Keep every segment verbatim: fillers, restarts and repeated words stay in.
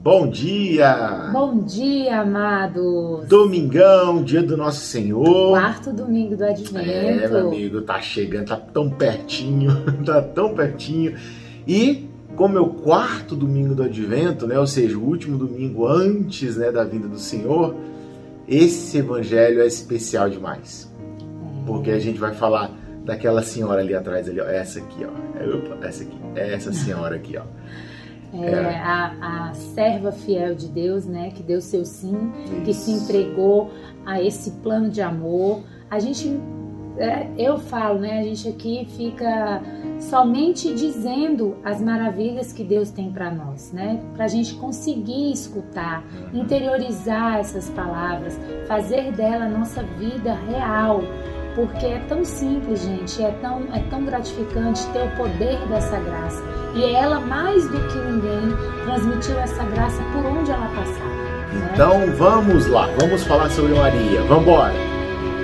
Bom dia! Bom dia, amados! Domingão, dia do Nosso Senhor. Quarto domingo do Advento. É, meu amigo, tá chegando, tá tão pertinho, tá tão pertinho. E como é o quarto domingo do Advento, né, ou seja, o último domingo antes, né, da vinda do Senhor, esse evangelho é especial demais. É. Porque a gente vai falar daquela senhora ali atrás, ali, ó, essa aqui, ó. Opa, essa aqui, essa senhora aqui, ó. É, é. A, a serva fiel de Deus, né, que deu seu sim, Isso. que se entregou a esse plano de amor. A gente, é, eu falo, né, a gente aqui fica somente dizendo as maravilhas que Deus tem para nós, né, para a gente conseguir escutar, interiorizar essas palavras, fazer dela a nossa vida real. Porque é tão simples, gente, é tão, é tão gratificante ter o poder dessa graça. E ela, mais do que ninguém, transmitiu essa graça por onde ela passava. Né? Então vamos lá, vamos falar sobre Maria. Vamos embora!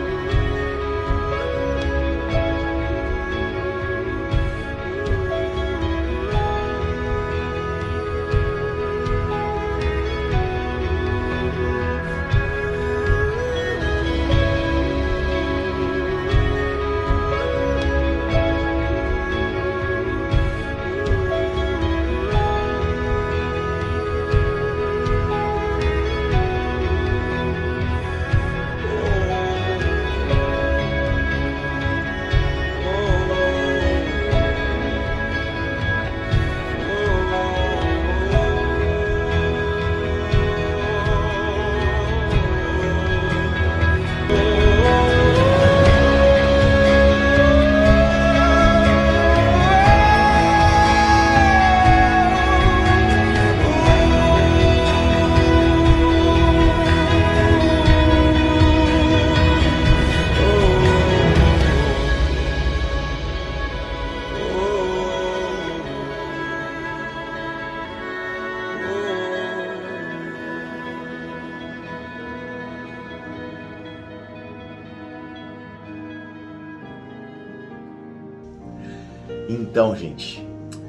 Então, gente,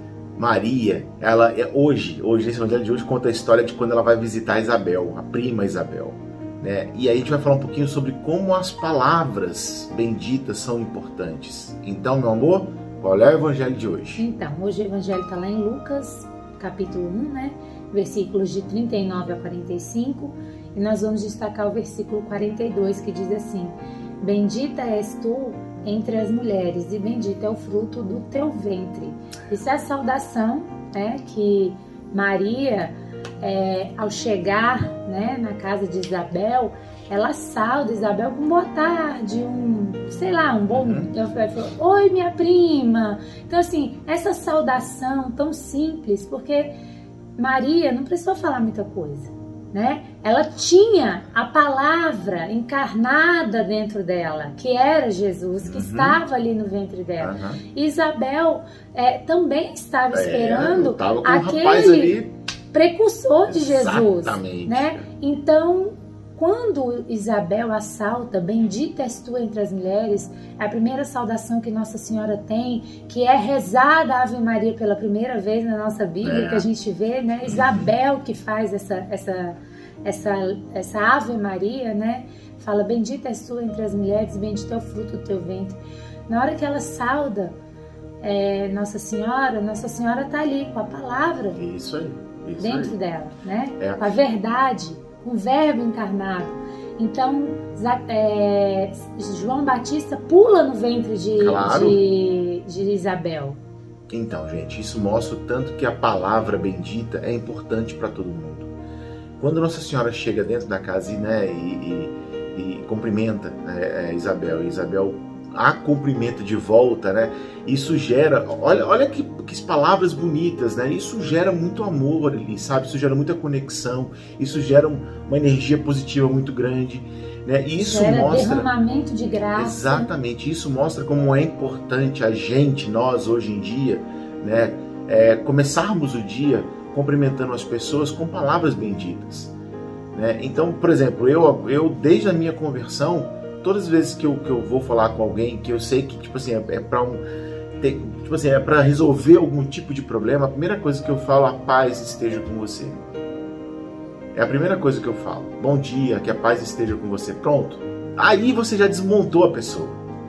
Maria, ela é hoje, hoje nesse evangelho de hoje conta a história de quando ela vai visitar Isabel, a prima Isabel, né? E aí a gente vai falar um pouquinho sobre como as palavras benditas são importantes. Então, meu amor, qual é o evangelho de hoje? Então, hoje o evangelho está lá em Lucas, capítulo um, né? Versículos de trinta e nove a quarenta e cinco, e nós vamos destacar o versículo quarenta e dois, que diz assim: Bendita és tu entre as mulheres, e bendito é o fruto do teu ventre. Isso é a saudação, né, que Maria, é, ao chegar, né, na casa de Isabel, ela sauda Isabel com boa tarde, um, sei lá, um bom... Uhum. Ela falou, oi, minha prima. Então, assim, essa saudação tão simples, porque Maria não precisou falar muita coisa, né? Ela tinha a palavra encarnada dentro dela, que era Jesus, que uhum. estava ali no ventre dela. Uhum. Isabel é, também estava esperando é, aquele precursor de Jesus. Exatamente. Né? Então, quando Isabel assalta, bendita és tu entre as mulheres, é a primeira saudação que Nossa Senhora tem, que é rezada a Ave Maria pela primeira vez na nossa Bíblia, é. que a gente vê, né? Isabel que faz essa, essa, essa, essa Ave Maria, né? Fala, bendita és tu entre as mulheres, bendito é o fruto do teu ventre. Na hora que ela sauda é, Nossa Senhora, Nossa Senhora está ali com a palavra isso aí, isso dentro aí. dela, né? É. Com a verdade, um verbo encarnado. Então, é, João Batista pula no ventre de, claro. de, de Isabel. Então, gente, isso mostra o tanto que a palavra bendita é importante para todo mundo. Quando Nossa Senhora chega dentro da casa, né, e, e, e cumprimenta é, Isabel, e Isabel a cumprimenta de volta, né? Isso gera, olha, olha que, que palavras bonitas, né? Isso gera muito amor ali, sabe? Isso gera muita conexão, isso gera uma energia positiva muito grande, né? E isso gera mostra derramamento de graça. Exatamente, isso mostra como é importante a gente, nós hoje em dia, né? É, começarmos o dia cumprimentando as pessoas com palavras benditas, né? Então, por exemplo, eu, eu desde a minha conversão, todas as vezes que eu, que eu vou falar com alguém que eu sei que tipo assim, é, é para um, tipo assim, é para resolver algum tipo de problema, a primeira coisa que eu falo, a paz esteja com você. É a primeira coisa que eu falo. Bom dia, que a paz esteja com você. Pronto. Aí você já desmontou a pessoa.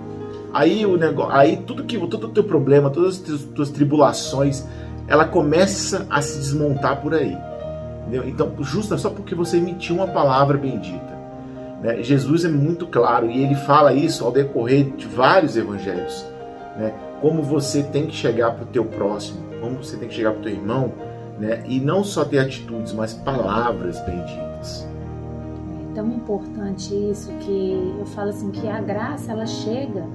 Aí o negócio, aí tudo que, todo o teu problema, todas as tuas tribulações, ela começa a se desmontar por aí. Entendeu? Então, justo só porque você emitiu uma palavra bendita. Né? Jesus é muito claro e ele fala isso ao decorrer de vários evangelhos. Né? Como você tem que chegar para o teu próximo, como você tem que chegar para o teu irmão, né? E não só ter atitudes, mas palavras benditas. É tão importante isso que eu falo assim, que a graça ela chega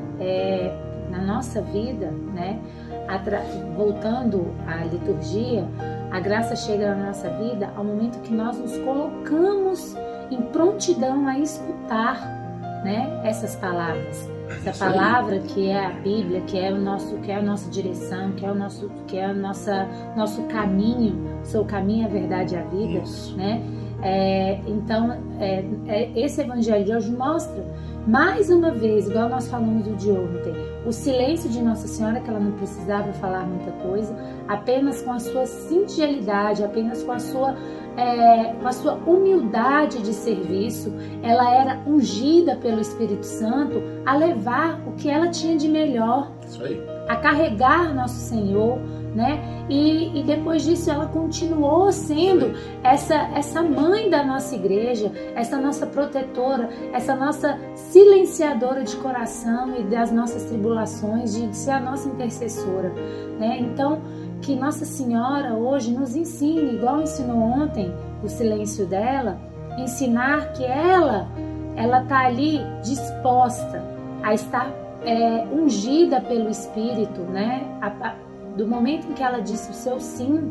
é, na nossa vida, né? Atra... voltando à liturgia, a graça chega na nossa vida ao momento que nós nos colocamos em prontidão a escutar, né, essas palavras. Essa palavra que é a Bíblia, que é o nosso, que é a nossa direção, que é o nosso, que é o nossa, nosso caminho, seu caminho, a verdade e a vida, Isso. né? É, então, é, é, esse Evangelho de hoje mostra, mais uma vez, igual nós falamos do de ontem, o silêncio de Nossa Senhora, que ela não precisava falar muita coisa, apenas com a sua singelidade, apenas com a sua, é, com a sua humildade de serviço, ela era ungida pelo Espírito Santo a levar o que ela tinha de melhor, Isso aí. a carregar Nosso Senhor, né? E, e depois disso ela continuou sendo essa, essa mãe da nossa igreja, essa nossa protetora, essa nossa silenciadora de coração e das nossas tribulações, de ser a nossa intercessora, né? Então, que Nossa Senhora hoje nos ensine, igual ensinou ontem o silêncio dela, ensinar que ela ela está ali disposta a estar é, ungida pelo Espírito, né? A, a, do momento em que ela disse o seu sim,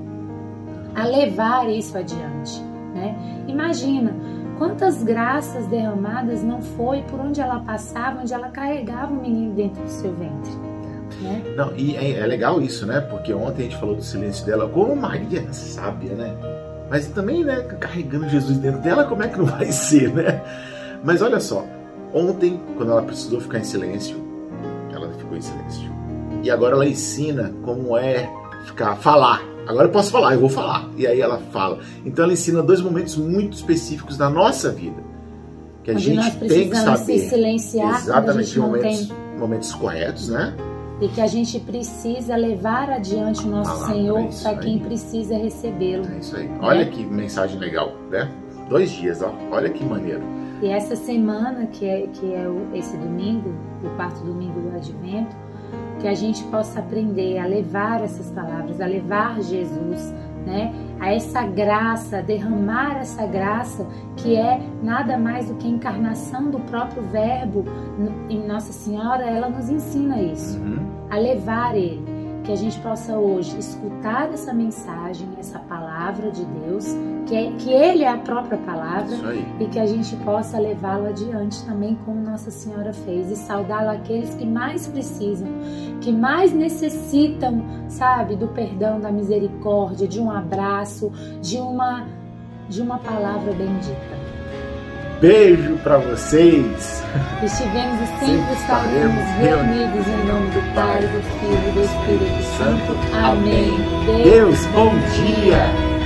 a levar isso adiante, né? Imagina quantas graças derramadas não foi por onde ela passava, onde ela carregava o menino dentro do seu ventre, né? Não, e é, é legal isso, né? Porque ontem a gente falou do silêncio dela, como Maria é sábia, né? Mas também, né, carregando Jesus dentro dela, como é que não vai ser, né? Mas olha só, ontem, quando ela precisou ficar em silêncio, ela ficou em silêncio. E agora ela ensina como é ficar, falar. Agora eu posso falar, eu vou falar. E aí ela fala. Então ela ensina dois momentos muito específicos da nossa vida. Que a onde gente tem que saber. Se silenciar, exatamente, momentos, tem... momentos corretos, né? E que a gente precisa levar adiante o nosso Palavra, Senhor é para quem aí. precisa recebê-lo. É isso aí. Olha que mensagem legal, né? Dois dias, ó. Olha que maneiro. E essa semana, que é, que é o, esse domingo, o quarto domingo do Advento, que a gente possa aprender a levar essas palavras, a levar Jesus, né? A essa graça, a derramar essa graça, que é nada mais do que a encarnação do próprio Verbo em Nossa Senhora. Ela nos ensina isso, uhum. a levar Ele. Que a gente possa hoje escutar essa mensagem, essa palavra de Deus, que, é, que Ele é a própria palavra, e que a gente possa levá-lo adiante também como Nossa Senhora fez, e saudá-lo aqueles que mais precisam, que mais necessitam, sabe, do perdão, da misericórdia, de um abraço, de uma, de uma palavra bendita. Beijo para vocês. Estivemos e sempre estaremos reunidos em nome do Pai, do Filho e do Espírito Santo. Amém. Deus, bom dia.